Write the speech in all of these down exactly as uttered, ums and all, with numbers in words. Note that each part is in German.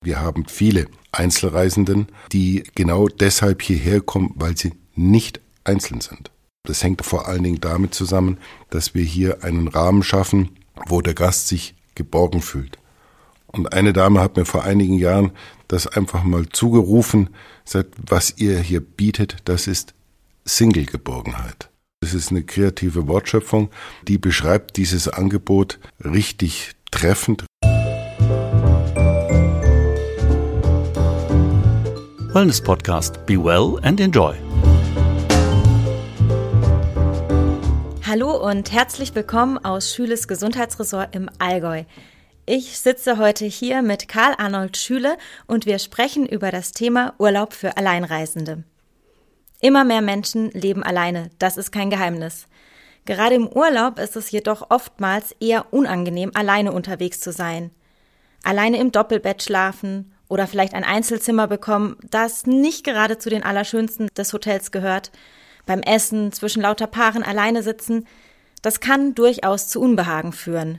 Wir haben viele Einzelreisenden, die genau deshalb hierher kommen, weil sie nicht einzeln sind. Das hängt vor allen Dingen damit zusammen, dass wir hier einen Rahmen schaffen, wo der Gast sich geborgen fühlt. Und eine Dame hat mir vor einigen Jahren das einfach mal zugerufen, sagt, was ihr hier bietet, das ist Single-Geborgenheit. Das ist eine kreative Wortschöpfung, die beschreibt dieses Angebot richtig treffend. Wellness Podcast. Be well and enjoy. Hallo und herzlich willkommen aus Schüles Gesundheitsressort im Allgäu. Ich sitze heute hier mit Karl Arnold Schüle und wir sprechen über das Thema Urlaub für Alleinreisende. Immer mehr Menschen leben alleine, das ist kein Geheimnis. Gerade im Urlaub ist es jedoch oftmals eher unangenehm, alleine unterwegs zu sein. Alleine im Doppelbett schlafen oder vielleicht ein Einzelzimmer bekommen, das nicht gerade zu den allerschönsten des Hotels gehört. Beim Essen zwischen lauter Paaren alleine sitzen, das kann durchaus zu Unbehagen führen.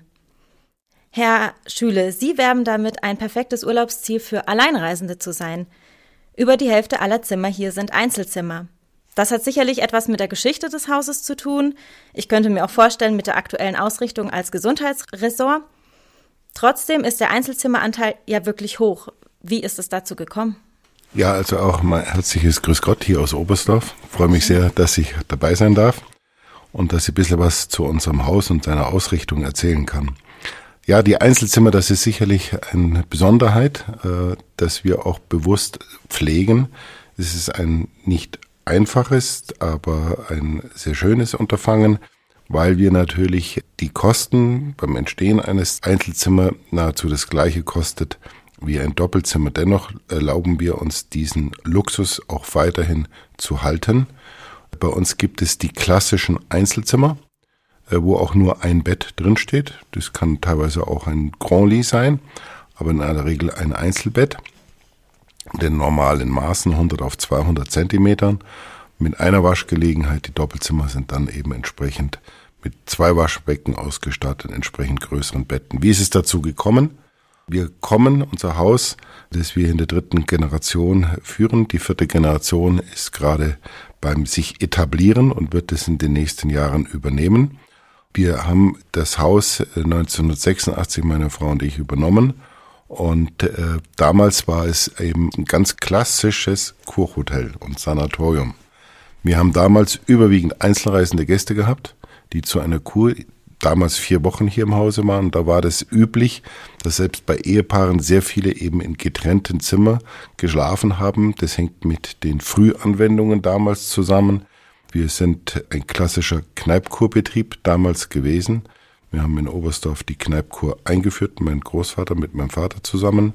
Herr Schüle, Sie werben damit, ein perfektes Urlaubsziel für Alleinreisende zu sein. Über die Hälfte aller Zimmer hier sind Einzelzimmer. Das hat sicherlich etwas mit der Geschichte des Hauses zu tun. Ich könnte mir auch vorstellen, mit der aktuellen Ausrichtung als Gesundheitsressort. Trotzdem ist der Einzelzimmeranteil ja wirklich hoch. Wie ist es dazu gekommen? Ja, also auch mein herzliches Grüß Gott hier aus Oberstdorf. Ich freue mich sehr, dass ich dabei sein darf und dass ich ein bisschen was zu unserem Haus und seiner Ausrichtung erzählen kann. Ja, die Einzelzimmer, das ist sicherlich eine Besonderheit, äh, dass wir auch bewusst pflegen. Es ist ein nicht einfaches, aber ein sehr schönes Unterfangen, weil wir natürlich die Kosten beim Entstehen eines Einzelzimmers nahezu das gleiche kostet wie ein Doppelzimmer. Dennoch erlauben wir uns diesen Luxus auch weiterhin zu halten. Bei uns gibt es die klassischen Einzelzimmer, wo auch nur ein Bett drinsteht. Das kann teilweise auch ein Grand Lit sein, aber in aller Regel ein Einzelbett. Den normalen Maßen hundert auf zweihundert Zentimetern mit einer Waschgelegenheit. Die Doppelzimmer sind dann eben entsprechend mit zwei Waschbecken ausgestattet, entsprechend größeren Betten. Wie ist es dazu gekommen? Wir kommen, unser Haus, das wir in der dritten Generation führen. Die vierte Generation ist gerade beim sich etablieren und wird es in den nächsten Jahren übernehmen. Wir haben das Haus neunzehnhundertsechsundachtzig, meine Frau und ich, übernommen. Und äh, damals war es eben ein ganz klassisches Kurhotel und Sanatorium. Wir haben damals überwiegend einzelreisende Gäste gehabt, die zu einer Kur damals vier Wochen hier im Hause waren. Da war das üblich, dass selbst bei Ehepaaren sehr viele eben in getrennten Zimmern geschlafen haben. Das hängt mit den Frühanwendungen damals zusammen. Wir sind ein klassischer Kneipkurbetrieb damals gewesen. Wir haben in Oberstdorf die Kneipkur eingeführt, mein Großvater mit meinem Vater zusammen.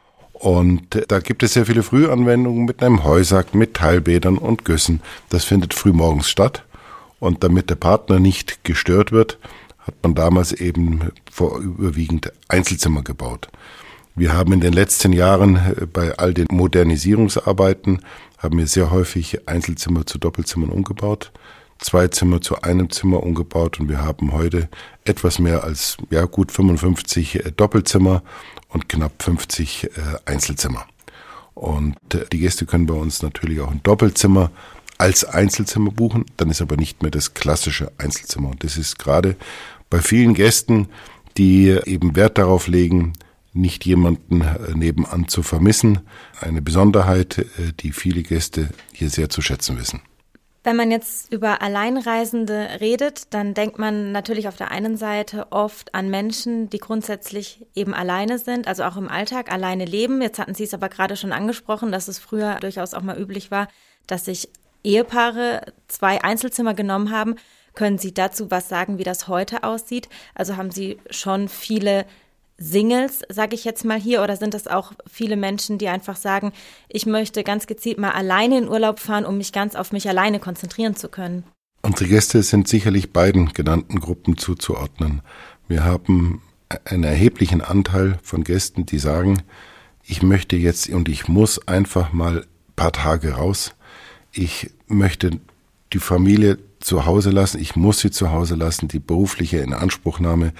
Und da gibt es sehr viele Frühanwendungen mit einem Heusack, mit Teilbädern und Güssen. Das findet frühmorgens statt. Und damit der Partner nicht gestört wird, hat man damals eben vor überwiegend Einzelzimmer gebaut. Wir haben in den letzten Jahren bei all den Modernisierungsarbeiten, haben wir sehr häufig Einzelzimmer zu Doppelzimmern umgebaut, zwei Zimmer zu einem Zimmer umgebaut und wir haben heute etwas mehr als ja gut fünfundfünfzig Doppelzimmer und knapp fünfzig Einzelzimmer. Und die Gäste können bei uns natürlich auch ein Doppelzimmer als Einzelzimmer buchen, dann ist aber nicht mehr das klassische Einzelzimmer. Und das ist gerade bei vielen Gästen, die eben Wert darauf legen, nicht jemanden nebenan zu vermissen, eine Besonderheit, die viele Gäste hier sehr zu schätzen wissen. Wenn man jetzt über Alleinreisende redet, dann denkt man natürlich auf der einen Seite oft an Menschen, die grundsätzlich eben alleine sind, also auch im Alltag alleine leben. Jetzt hatten Sie es aber gerade schon angesprochen, dass es früher durchaus auch mal üblich war, dass sich Ehepaare zwei Einzelzimmer genommen haben. Können Sie dazu was sagen, wie das heute aussieht? Also haben Sie schon viele Singles, sage ich jetzt mal hier, oder sind das auch viele Menschen, die einfach sagen, ich möchte ganz gezielt mal alleine in Urlaub fahren, um mich ganz auf mich alleine konzentrieren zu können? Unsere Gäste sind sicherlich beiden genannten Gruppen zuzuordnen. Wir haben einen erheblichen Anteil von Gästen, die sagen, ich möchte jetzt und ich muss einfach mal ein paar Tage raus. Ich möchte die Familie zu Hause lassen, ich muss sie zu Hause lassen, die berufliche Inanspruchnahme.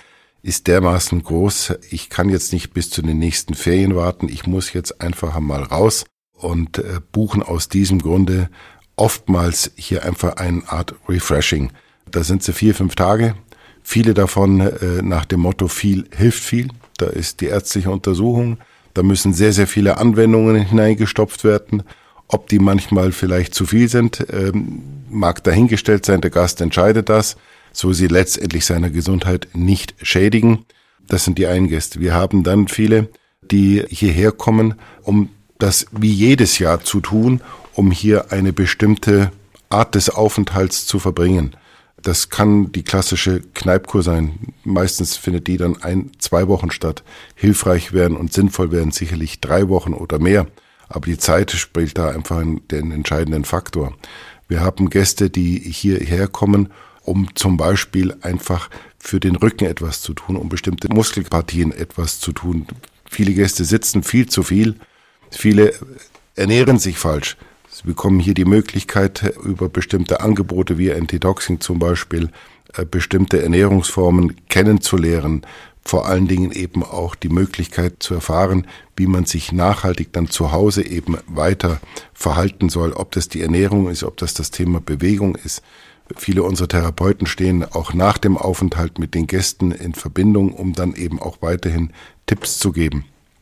ist dermaßen groß, ich kann jetzt nicht bis zu den nächsten Ferien warten, ich muss jetzt einfach mal raus und äh, buchen aus diesem Grunde oftmals hier einfach eine Art Refreshing. Da sind sie vier, fünf Tage, viele davon äh, nach dem Motto viel hilft viel. Da ist die ärztliche Untersuchung, da müssen sehr, sehr viele Anwendungen hineingestopft werden. Ob die manchmal vielleicht zu viel sind, ähm, mag dahingestellt sein, der Gast entscheidet das, so sie letztendlich seiner Gesundheit nicht schädigen. Das sind die einen Gäste. Wir haben dann viele, die hierher kommen, um das wie jedes Jahr zu tun, um hier eine bestimmte Art des Aufenthalts zu verbringen. Das kann die klassische Kneipkur sein. Meistens findet die dann ein, zwei Wochen statt. Hilfreich werden und sinnvoll werden sicherlich drei Wochen oder mehr. Aber die Zeit spielt da einfach den entscheidenden Faktor. Wir haben Gäste, die hierher kommen, um zum Beispiel einfach für den Rücken etwas zu tun, um bestimmte Muskelpartien etwas zu tun. Viele Gäste sitzen viel zu viel. Viele ernähren sich falsch. Sie bekommen hier die Möglichkeit, über bestimmte Angebote wie Antidoxing zum Beispiel, bestimmte Ernährungsformen kennenzulernen. Vor allen Dingen eben auch die Möglichkeit zu erfahren, wie man sich nachhaltig dann zu Hause eben weiter verhalten soll. Ob das die Ernährung ist, ob das das Thema Bewegung ist. Viele unserer Therapeuten stehen auch nach dem Aufenthalt mit den Gästen in Verbindung, um dann eben auch weiterhin Tipps zu geben.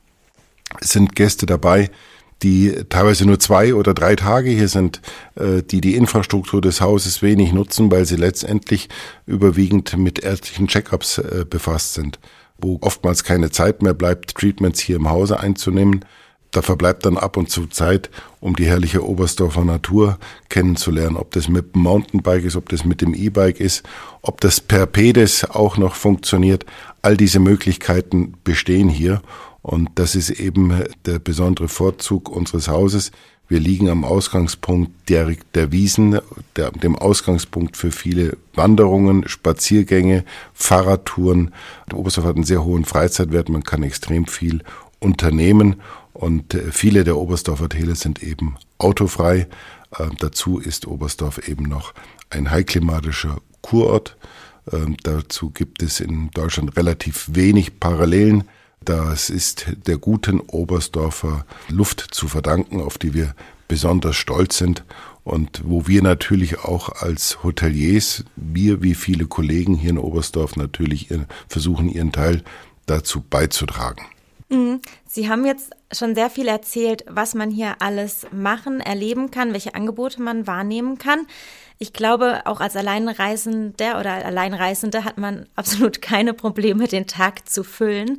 Es sind Gäste dabei, die teilweise nur zwei oder drei Tage hier sind, die die Infrastruktur des Hauses wenig nutzen, weil sie letztendlich überwiegend mit ärztlichen Check-ups befasst sind, wo oftmals keine Zeit mehr bleibt, Treatments hier im Hause einzunehmen. Da verbleibt dann ab und zu Zeit, um die herrliche Oberstdorfer Natur kennenzulernen, ob das mit dem Mountainbike ist, ob das mit dem E-Bike ist, ob das per Pedis auch noch funktioniert. All diese Möglichkeiten bestehen hier. Und das ist eben der besondere Vorzug unseres Hauses. Wir liegen am Ausgangspunkt der, der Wiesen, der, dem Ausgangspunkt für viele Wanderungen, Spaziergänge, Fahrradtouren. Der Oberstdorf hat einen sehr hohen Freizeitwert, man kann extrem viel unternehmen und viele der Oberstdorfer Täler sind eben autofrei. Äh, dazu ist Oberstdorf eben noch ein heilklimatischer Kurort. Äh, dazu gibt es in Deutschland relativ wenig Parallelen. Das ist der guten Oberstdorfer Luft zu verdanken, auf die wir besonders stolz sind und wo wir natürlich auch als Hoteliers, wir wie viele Kollegen hier in Oberstdorf natürlich versuchen, ihren Teil dazu beizutragen. Sie haben jetzt schon sehr viel erzählt, was man hier alles machen, erleben kann, welche Angebote man wahrnehmen kann. Ich glaube, auch als Alleinreisender oder Alleinreisende hat man absolut keine Probleme, den Tag zu füllen.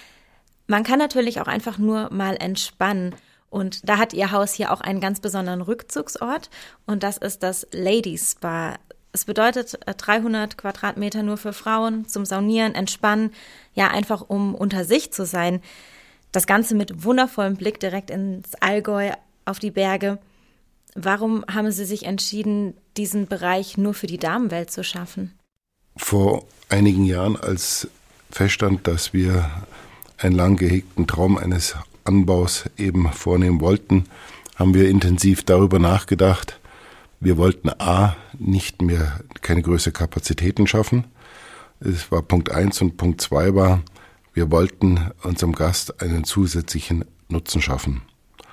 Man kann natürlich auch einfach nur mal entspannen und da hat Ihr Haus hier auch einen ganz besonderen Rückzugsort und das ist das Ladies Spa. Es bedeutet dreihundert Quadratmeter nur für Frauen zum Saunieren, Entspannen, ja einfach um unter sich zu sein. Das Ganze mit wundervollem Blick direkt ins Allgäu auf die Berge. Warum haben Sie sich entschieden, diesen Bereich nur für die Damenwelt zu schaffen? Vor einigen Jahren, als feststand, dass wir einen lang gehegten Traum eines Anbaus eben vornehmen wollten, haben wir intensiv darüber nachgedacht. Wir wollten A, nicht mehr keine größere Kapazitäten schaffen. Das war Punkt eins und Punkt zwei war, wir wollten unserem Gast einen zusätzlichen Nutzen schaffen.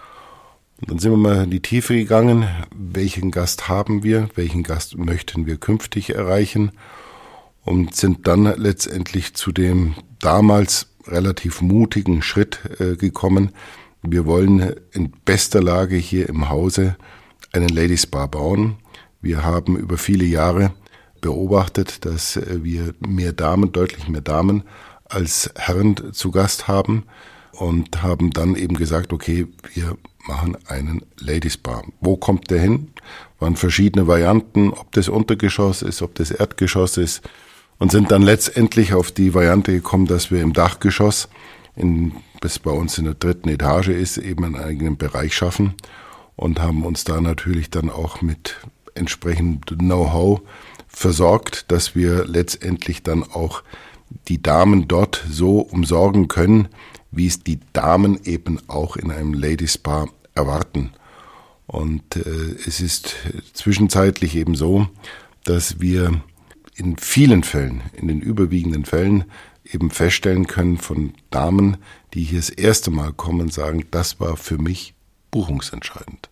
Und dann sind wir mal in die Tiefe gegangen. Welchen Gast haben wir? Welchen Gast möchten wir künftig erreichen? Und sind dann letztendlich zu dem damals relativ mutigen Schritt äh, gekommen. Wir wollen in bester Lage hier im Hause einen Ladies Spa bauen. Wir haben über viele Jahre beobachtet, dass äh, wir mehr Damen, deutlich mehr Damen als Herren zu Gast haben und haben dann eben gesagt, okay, wir machen einen Ladies Spa. Wo kommt der hin? Waren verschiedene Varianten, ob das Untergeschoss ist, ob das Erdgeschoss ist. Und sind dann letztendlich auf die Variante gekommen, dass wir im Dachgeschoss, in, das bei uns in der dritten Etage ist, eben einen eigenen Bereich schaffen und haben uns da natürlich dann auch mit entsprechendem Know-how versorgt, dass wir letztendlich dann auch die Damen dort so umsorgen können, wie es die Damen eben auch in einem Ladies Spa erwarten. Und äh, es ist zwischenzeitlich eben so, dass wir in vielen Fällen, in den überwiegenden Fällen, eben feststellen können von Damen, die hier das erste Mal kommen, sagen, das war für mich buchungsentscheidend.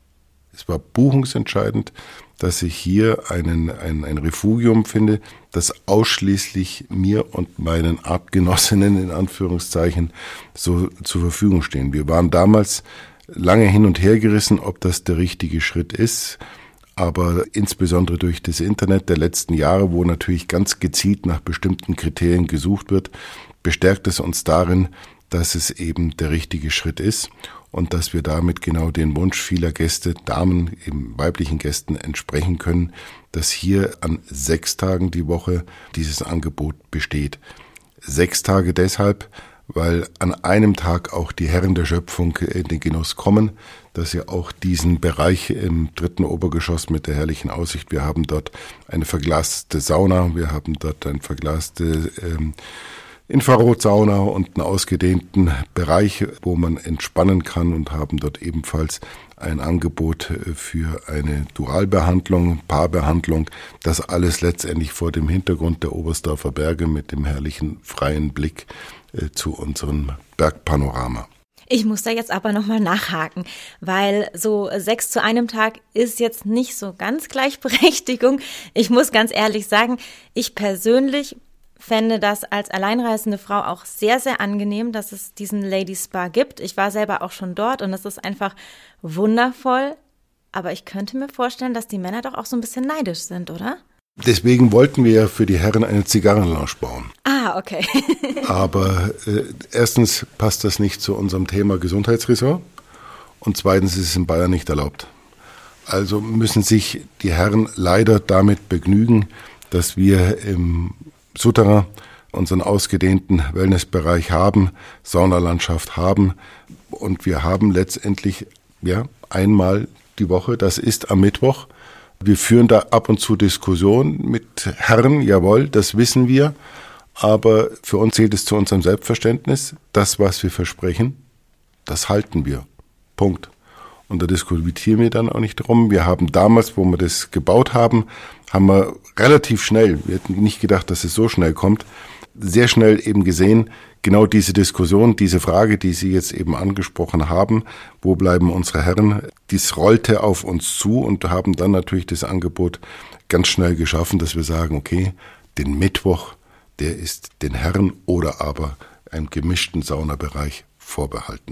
Es war buchungsentscheidend, dass ich hier einen, ein, ein Refugium finde, das ausschließlich mir und meinen Artgenossinnen in Anführungszeichen so zur Verfügung stehen. Wir waren damals lange hin und her gerissen, ob das der richtige Schritt ist, aber insbesondere durch das Internet der letzten Jahre, wo natürlich ganz gezielt nach bestimmten Kriterien gesucht wird, bestärkt es uns darin, dass es eben der richtige Schritt ist und dass wir damit genau den Wunsch vieler Gäste, Damen, eben weiblichen Gästen entsprechen können, dass hier an sechs Tagen die Woche dieses Angebot besteht. Sechs Tage deshalb, weil an einem Tag auch die Herren der Schöpfung in den Genuss kommen, dass sie auch diesen Bereich im dritten Obergeschoss mit der herrlichen Aussicht, wir haben dort eine verglaste Sauna, wir haben dort eine verglaste ähm, Infrarotsauna und einen ausgedehnten Bereich, wo man entspannen kann und haben dort ebenfalls ein Angebot für eine Dualbehandlung, Paarbehandlung. Das alles letztendlich vor dem Hintergrund der Oberstdorfer Berge mit dem herrlichen freien Blick äh, zu unserem Bergpanorama. Ich muss da jetzt aber nochmal nachhaken, weil so sechs zu einem Tag ist jetzt nicht so ganz Gleichberechtigung. Ich muss ganz ehrlich sagen, ich persönlich fände das als alleinreisende Frau auch sehr, sehr angenehm, dass es diesen Ladies Spa gibt. Ich war selber auch schon dort und es ist einfach wundervoll. Aber ich könnte mir vorstellen, dass die Männer doch auch so ein bisschen neidisch sind, oder? Deswegen wollten wir ja für die Herren eine Zigarrenlounge bauen. Ah, okay. Aber äh, erstens passt das nicht zu unserem Thema Gesundheitsressort und zweitens ist es in Bayern nicht erlaubt. Also müssen sich die Herren leider damit begnügen, dass wir im Souterrain unseren ausgedehnten Wellnessbereich haben, Saunalandschaft haben und wir haben letztendlich ja einmal die Woche, das ist am Mittwoch. Wir führen da ab und zu Diskussionen mit Herren, jawohl, das wissen wir, aber für uns zählt es zu unserem Selbstverständnis, das, was wir versprechen, das halten wir. Punkt. Und da diskutieren wir dann auch nicht drum. Wir haben damals, wo wir das gebaut haben, haben wir relativ schnell, wir hätten nicht gedacht, dass es so schnell kommt, sehr schnell eben gesehen, genau diese Diskussion, diese Frage, die Sie jetzt eben angesprochen haben, wo bleiben unsere Herren, dies rollte auf uns zu und haben dann natürlich das Angebot ganz schnell geschaffen, dass wir sagen, okay, den Mittwoch, der ist den Herren oder aber einem gemischten Saunabereich vorbehalten.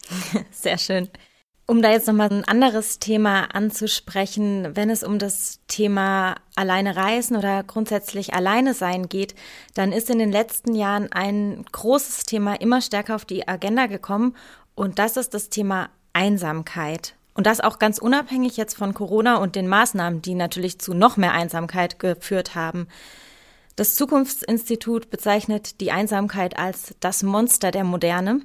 Sehr schön. Um da jetzt nochmal ein anderes Thema anzusprechen, wenn es um das Thema alleine reisen oder grundsätzlich alleine sein geht, dann ist in den letzten Jahren ein großes Thema immer stärker auf die Agenda gekommen und das ist das Thema Einsamkeit. Und das auch ganz unabhängig jetzt von Corona und den Maßnahmen, die natürlich zu noch mehr Einsamkeit geführt haben. Das Zukunftsinstitut bezeichnet die Einsamkeit als das Monster der Moderne.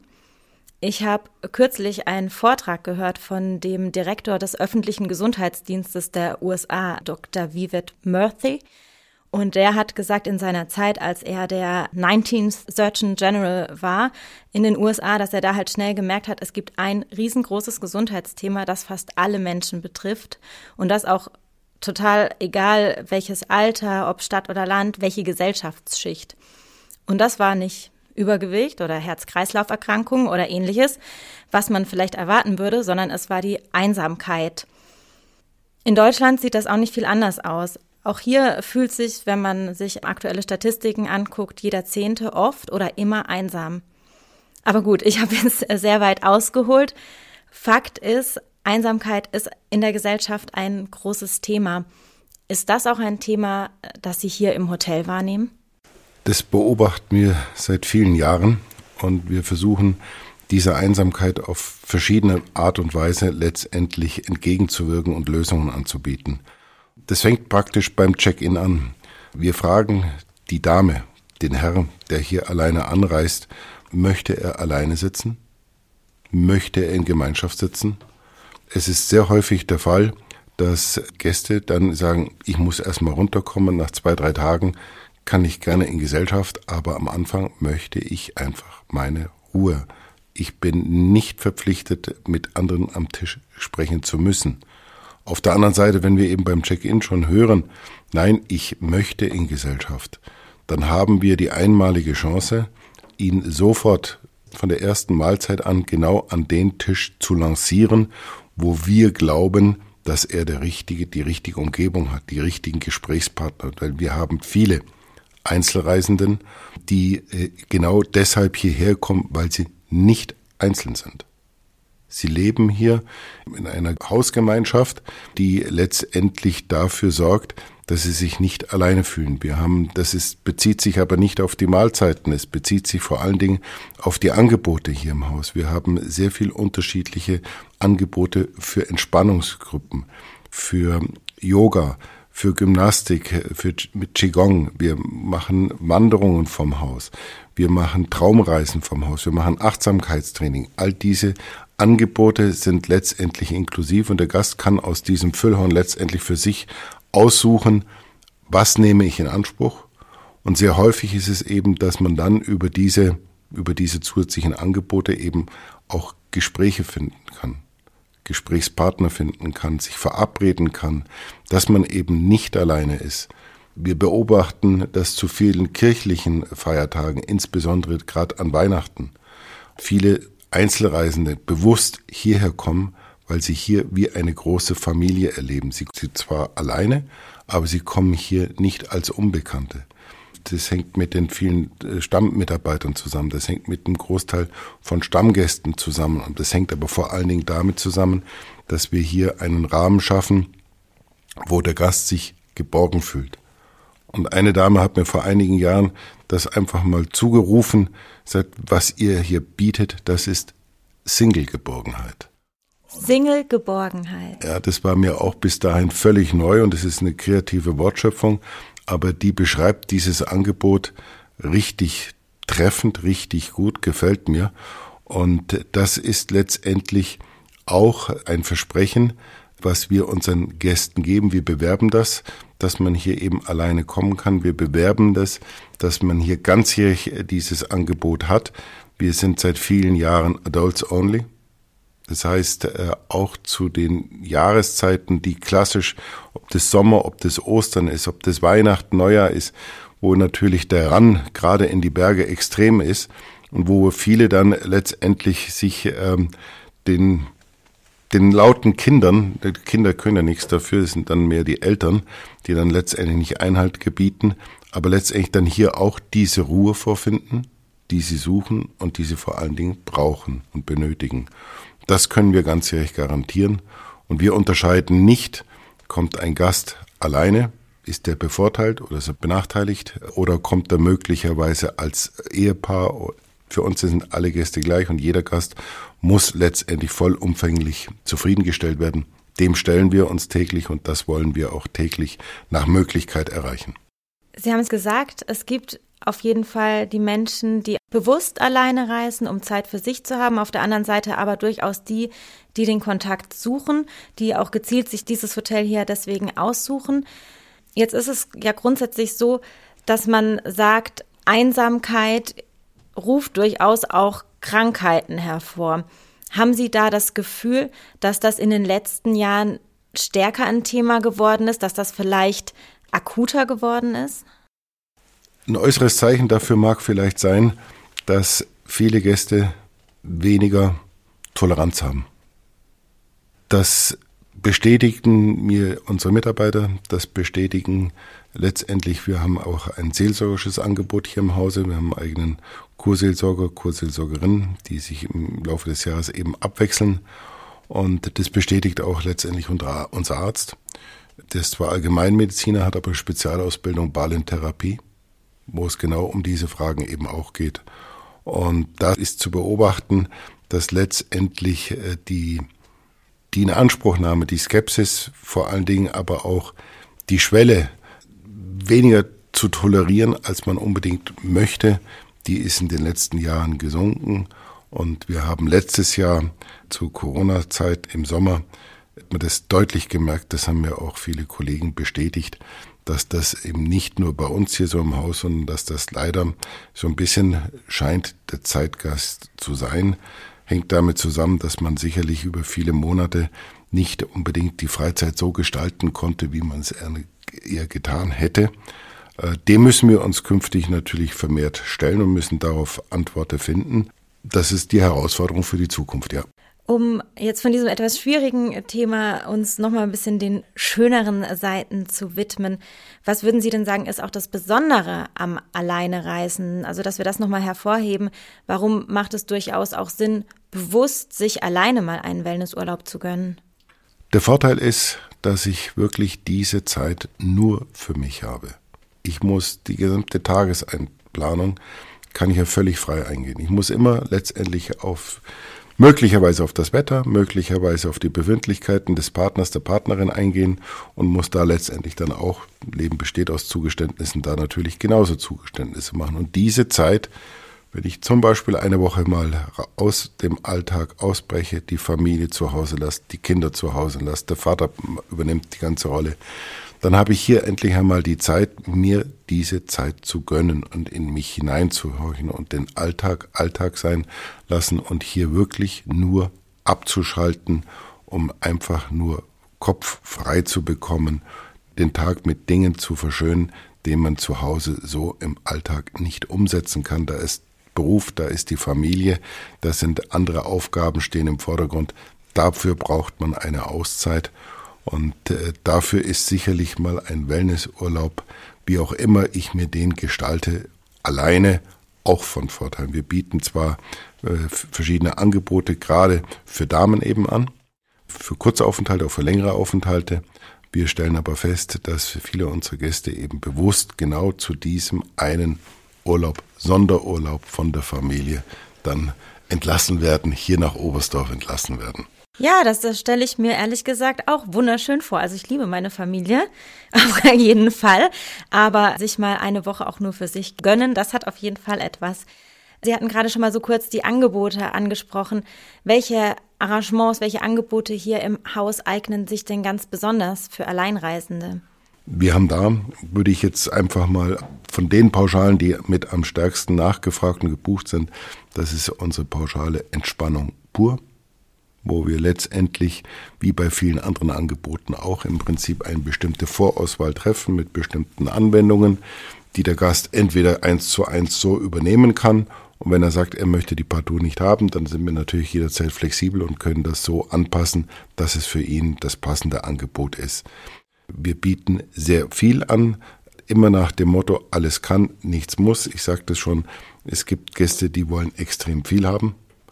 Ich habe kürzlich einen Vortrag gehört von dem Direktor des öffentlichen Gesundheitsdienstes der U S A, Doktor Vivek Murthy. Und der hat gesagt, in seiner Zeit, als er der neunzehnten Surgeon General war in den U S A, dass er da halt schnell gemerkt hat, es gibt ein riesengroßes Gesundheitsthema, das fast alle Menschen betrifft. Und das auch total egal, welches Alter, ob Stadt oder Land, welche Gesellschaftsschicht. Und das war nicht Übergewicht oder Herz-Kreislauf-Erkrankungen oder ähnliches, was man vielleicht erwarten würde, sondern es war die Einsamkeit. In Deutschland sieht das auch nicht viel anders aus. Auch hier fühlt sich, wenn man sich aktuelle Statistiken anguckt, jeder Zehnte oft oder immer einsam. Aber gut, ich habe jetzt sehr weit ausgeholt. Fakt ist, Einsamkeit ist in der Gesellschaft ein großes Thema. Ist das auch ein Thema, das Sie hier im Hotel wahrnehmen? Das beobachten wir seit vielen Jahren und wir versuchen, dieser Einsamkeit auf verschiedene Art und Weise letztendlich entgegenzuwirken und Lösungen anzubieten. Das fängt praktisch beim Check-in an. Wir fragen die Dame, den Herrn, der hier alleine anreist, möchte er alleine sitzen? Möchte er in Gemeinschaft sitzen? Es ist sehr häufig der Fall, dass Gäste dann sagen, ich muss erstmal runterkommen, nach zwei, drei Tagen kann ich gerne in Gesellschaft, aber am Anfang möchte ich einfach meine Ruhe. Ich bin nicht verpflichtet, mit anderen am Tisch sprechen zu müssen. Auf der anderen Seite, wenn wir eben beim Check-in schon hören, nein, ich möchte in Gesellschaft, dann haben wir die einmalige Chance, ihn sofort von der ersten Mahlzeit an genau an den Tisch zu lancieren, wo wir glauben, dass er der richtige, die richtige Umgebung hat, die richtigen Gesprächspartner. Weil wir haben viele Einzelreisenden, die genau deshalb hierher kommen, weil sie nicht einzeln sind. Sie leben hier in einer Hausgemeinschaft, die letztendlich dafür sorgt, dass sie sich nicht alleine fühlen. Wir haben, das ist, bezieht sich aber nicht auf die Mahlzeiten, es bezieht sich vor allen Dingen auf die Angebote hier im Haus. Wir haben sehr viel unterschiedliche Angebote für Entspannungsgruppen, für Yoga, für Gymnastik, für mit Qigong. Wir machen Wanderungen vom Haus. Wir machen Traumreisen vom Haus. Wir machen Achtsamkeitstraining. All diese Angebote sind letztendlich inklusiv und der Gast kann aus diesem Füllhorn letztendlich für sich aussuchen, was nehme ich in Anspruch. Und sehr häufig ist es eben, dass man dann über diese, über diese zusätzlichen Angebote eben auch Gespräche finden kann, Gesprächspartner finden kann, sich verabreden kann, dass man eben nicht alleine ist. Wir beobachten, dass zu vielen kirchlichen Feiertagen, insbesondere gerade an Weihnachten, viele Einzelreisende bewusst hierher kommen, weil sie hier wie eine große Familie erleben. Sie sind zwar alleine, aber sie kommen hier nicht als Unbekannte. Das hängt mit den vielen Stammmitarbeitern zusammen, das hängt mit dem Großteil von Stammgästen zusammen und das hängt aber vor allen Dingen damit zusammen, dass wir hier einen Rahmen schaffen, wo der Gast sich geborgen fühlt. Und eine Dame hat mir vor einigen Jahren das einfach mal zugerufen, sagt, was ihr hier bietet, das ist Single-Geborgenheit. Single-Geborgenheit. Ja, das war mir auch bis dahin völlig neu und es ist eine kreative Wortschöpfung, aber die beschreibt dieses Angebot richtig treffend, richtig gut, gefällt mir. Und das ist letztendlich auch ein Versprechen, was wir unseren Gästen geben. Wir bewerben das, dass man hier eben alleine kommen kann. Wir bewerben das, dass man hier ganzjährig dieses Angebot hat. Wir sind seit vielen Jahren Adults Only. Das heißt, äh, auch zu den Jahreszeiten, die klassisch, ob das Sommer, ob das Ostern ist, ob das Weihnachten, Neujahr ist, wo natürlich der Run gerade in die Berge extrem ist und wo viele dann letztendlich sich ähm, den den lauten Kindern, die Kinder können ja nichts dafür, es sind dann mehr die Eltern, die dann letztendlich nicht Einhalt gebieten, aber letztendlich dann hier auch diese Ruhe vorfinden, die sie suchen und die sie vor allen Dingen brauchen und benötigen. Das können wir ganzjährig garantieren und wir unterscheiden nicht, kommt ein Gast alleine, ist der bevorteilt oder ist er benachteiligt oder kommt er möglicherweise als Ehepaar. Für uns sind alle Gäste gleich und jeder Gast muss letztendlich vollumfänglich zufriedengestellt werden. Dem stellen wir uns täglich und das wollen wir auch täglich nach Möglichkeit erreichen. Sie haben es gesagt, es gibt auf jeden Fall die Menschen, die bewusst alleine reisen, um Zeit für sich zu haben. Auf der anderen Seite aber durchaus die, die den Kontakt suchen, die auch gezielt sich dieses Hotel hier deswegen aussuchen. Jetzt ist es ja grundsätzlich so, dass man sagt, Einsamkeit ruft durchaus auch Krankheiten hervor. Haben Sie da das Gefühl, dass das in den letzten Jahren stärker ein Thema geworden ist, dass das vielleicht akuter geworden ist? Ein äußeres Zeichen dafür mag vielleicht sein, dass viele Gäste weniger Toleranz haben. Das bestätigen mir unsere Mitarbeiter, das bestätigen letztendlich, wir haben auch ein seelsorgerisches Angebot hier im Hause, wir haben einen eigenen Kurseelsorger, Kurseelsorgerinnen, die sich im Laufe des Jahres eben abwechseln und das bestätigt auch letztendlich unser Arzt. Der ist zwar Allgemeinmediziner, hat aber Spezialausbildung Balentherapie, wo es genau um diese Fragen eben auch geht. Und da ist zu beobachten, dass letztendlich die, die Inanspruchnahme, die Skepsis vor allen Dingen, aber auch die Schwelle, weniger zu tolerieren, als man unbedingt möchte, die ist in den letzten Jahren gesunken. Und wir haben letztes Jahr zur Corona-Zeit im Sommer hat man das deutlich gemerkt, das haben mir auch viele Kollegen bestätigt, dass das eben nicht nur bei uns hier so im Haus, sondern dass das leider so ein bisschen scheint, der Zeitgeist zu sein, hängt damit zusammen, dass man sicherlich über viele Monate nicht unbedingt die Freizeit so gestalten konnte, wie man es eher getan hätte. Dem müssen wir uns künftig natürlich vermehrt stellen und müssen darauf Antworten finden. Das ist die Herausforderung für die Zukunft, ja. Um jetzt von diesem etwas schwierigen Thema uns nochmal ein bisschen den schöneren Seiten zu widmen, was würden Sie denn sagen, ist auch das Besondere am Alleinereisen? Also, dass wir das nochmal hervorheben. Warum macht es durchaus auch Sinn, bewusst sich alleine mal einen Wellnessurlaub zu gönnen? Der Vorteil ist, dass ich wirklich diese Zeit nur für mich habe. Ich muss die gesamte Tageseinplanung, kann ich ja völlig frei eingehen. Ich muss immer letztendlich auf möglicherweise auf das Wetter, möglicherweise auf die Befindlichkeiten des Partners, der Partnerin eingehen und muss da letztendlich dann auch, Leben besteht aus Zugeständnissen, da natürlich genauso Zugeständnisse machen. Und diese Zeit, wenn ich zum Beispiel eine Woche mal aus dem Alltag ausbreche, die Familie zu Hause lasse, die Kinder zu Hause lasse, der Vater übernimmt die ganze Rolle, dann habe ich hier endlich einmal die Zeit, mir diese Zeit zu gönnen und in mich hineinzuhorchen und den Alltag Alltag sein lassen und hier wirklich nur abzuschalten, um einfach nur Kopf frei zu bekommen, den Tag mit Dingen zu verschönen, die man zu Hause so im Alltag nicht umsetzen kann. Da ist Beruf, da ist die Familie, da sind andere Aufgaben, stehen im Vordergrund. Dafür braucht man eine Auszeit. Und äh, dafür ist sicherlich mal ein Wellnessurlaub, wie auch immer ich mir den gestalte, alleine auch von Vorteil. Wir bieten zwar äh, verschiedene Angebote, gerade für Damen eben an, für kurze Aufenthalte, auch für längere Aufenthalte. Wir stellen aber fest, dass viele unserer Gäste eben bewusst genau zu diesem einen Urlaub, Sonderurlaub von der Familie dann entlassen werden, hier nach Oberstdorf entlassen werden. Ja, das, das stelle ich mir ehrlich gesagt auch wunderschön vor. Also ich liebe meine Familie, auf jeden Fall. Aber sich mal eine Woche auch nur für sich gönnen, das hat auf jeden Fall etwas. Sie hatten gerade schon mal so kurz die Angebote angesprochen. Welche Arrangements, welche Angebote hier im Haus eignen sich denn ganz besonders für Alleinreisende? Wir haben da, würde ich jetzt einfach mal von den Pauschalen, die mit am stärksten nachgefragt und gebucht sind, das ist unsere Pauschale Entspannung pur, wo wir letztendlich, wie bei vielen anderen Angeboten auch, im Prinzip eine bestimmte Vorauswahl treffen mit bestimmten Anwendungen, die der Gast entweder eins zu eins so übernehmen kann. Und wenn er sagt, er möchte die partout nicht haben, dann sind wir natürlich jederzeit flexibel und können das so anpassen, dass es für ihn das passende Angebot ist. Wir bieten sehr viel an, immer nach dem Motto, alles kann, nichts muss. Ich sagte es schon, es gibt Gäste, die wollen extrem viel haben.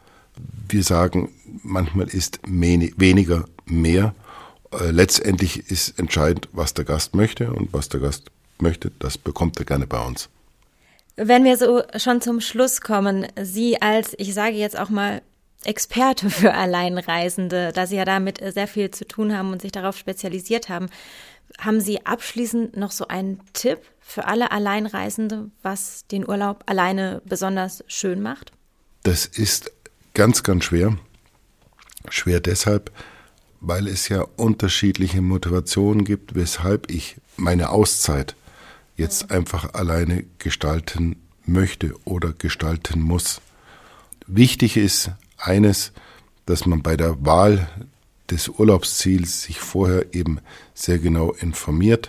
Wir sagen, manchmal ist weniger mehr. Letztendlich ist entscheidend, was der Gast möchte, und was der Gast möchte, das bekommt er gerne bei uns. Wenn wir so schon zum Schluss kommen, Sie als, ich sage jetzt auch mal, Experte für Alleinreisende, da Sie ja damit sehr viel zu tun haben und sich darauf spezialisiert haben, haben Sie abschließend noch so einen Tipp für alle Alleinreisende, was den Urlaub alleine besonders schön macht? Das ist ganz, ganz schwer. Schwer deshalb, weil es ja unterschiedliche Motivationen gibt, weshalb ich meine Auszeit jetzt einfach alleine gestalten möchte oder gestalten muss. Wichtig ist eines, dass man bei der Wahl des Urlaubsziels sich vorher eben sehr genau informiert,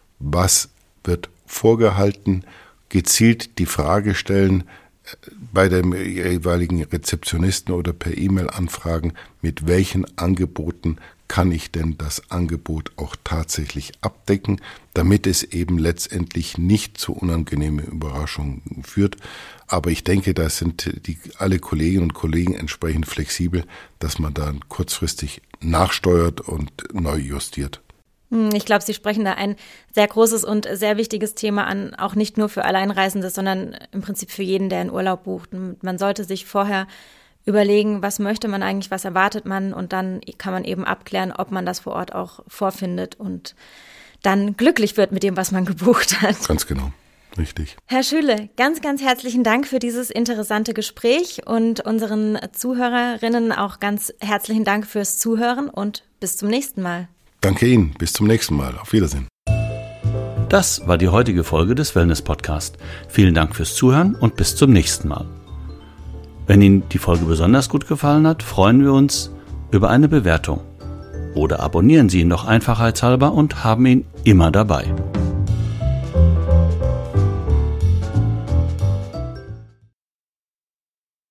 was wird vorgehalten, gezielt die Frage stellen, bei dem jeweiligen Rezeptionisten oder per E-Mail anfragen, mit welchen Angeboten kann ich denn das Angebot auch tatsächlich abdecken, damit es eben letztendlich nicht zu unangenehmen Überraschungen führt. Aber ich denke, da sind die, alle Kolleginnen und Kollegen entsprechend flexibel, dass man dann kurzfristig nachsteuert und neu justiert. Ich glaube, Sie sprechen da ein sehr großes und sehr wichtiges Thema an, auch nicht nur für Alleinreisende, sondern im Prinzip für jeden, der einen Urlaub bucht. Man sollte sich vorher überlegen, was möchte man eigentlich, was erwartet man, und dann kann man eben abklären, ob man das vor Ort auch vorfindet und dann glücklich wird mit dem, was man gebucht hat. Ganz genau, richtig. Herr Schüle, ganz, ganz herzlichen Dank für dieses interessante Gespräch und unseren Zuhörerinnen auch ganz herzlichen Dank fürs Zuhören und bis zum nächsten Mal. Danke Ihnen, bis zum nächsten Mal. Auf Wiedersehen. Das war die heutige Folge des Wellness-Podcast. Vielen Dank fürs Zuhören und bis zum nächsten Mal. Wenn Ihnen die Folge besonders gut gefallen hat, freuen wir uns über eine Bewertung. Oder abonnieren Sie ihn doch einfachheitshalber und haben ihn immer dabei.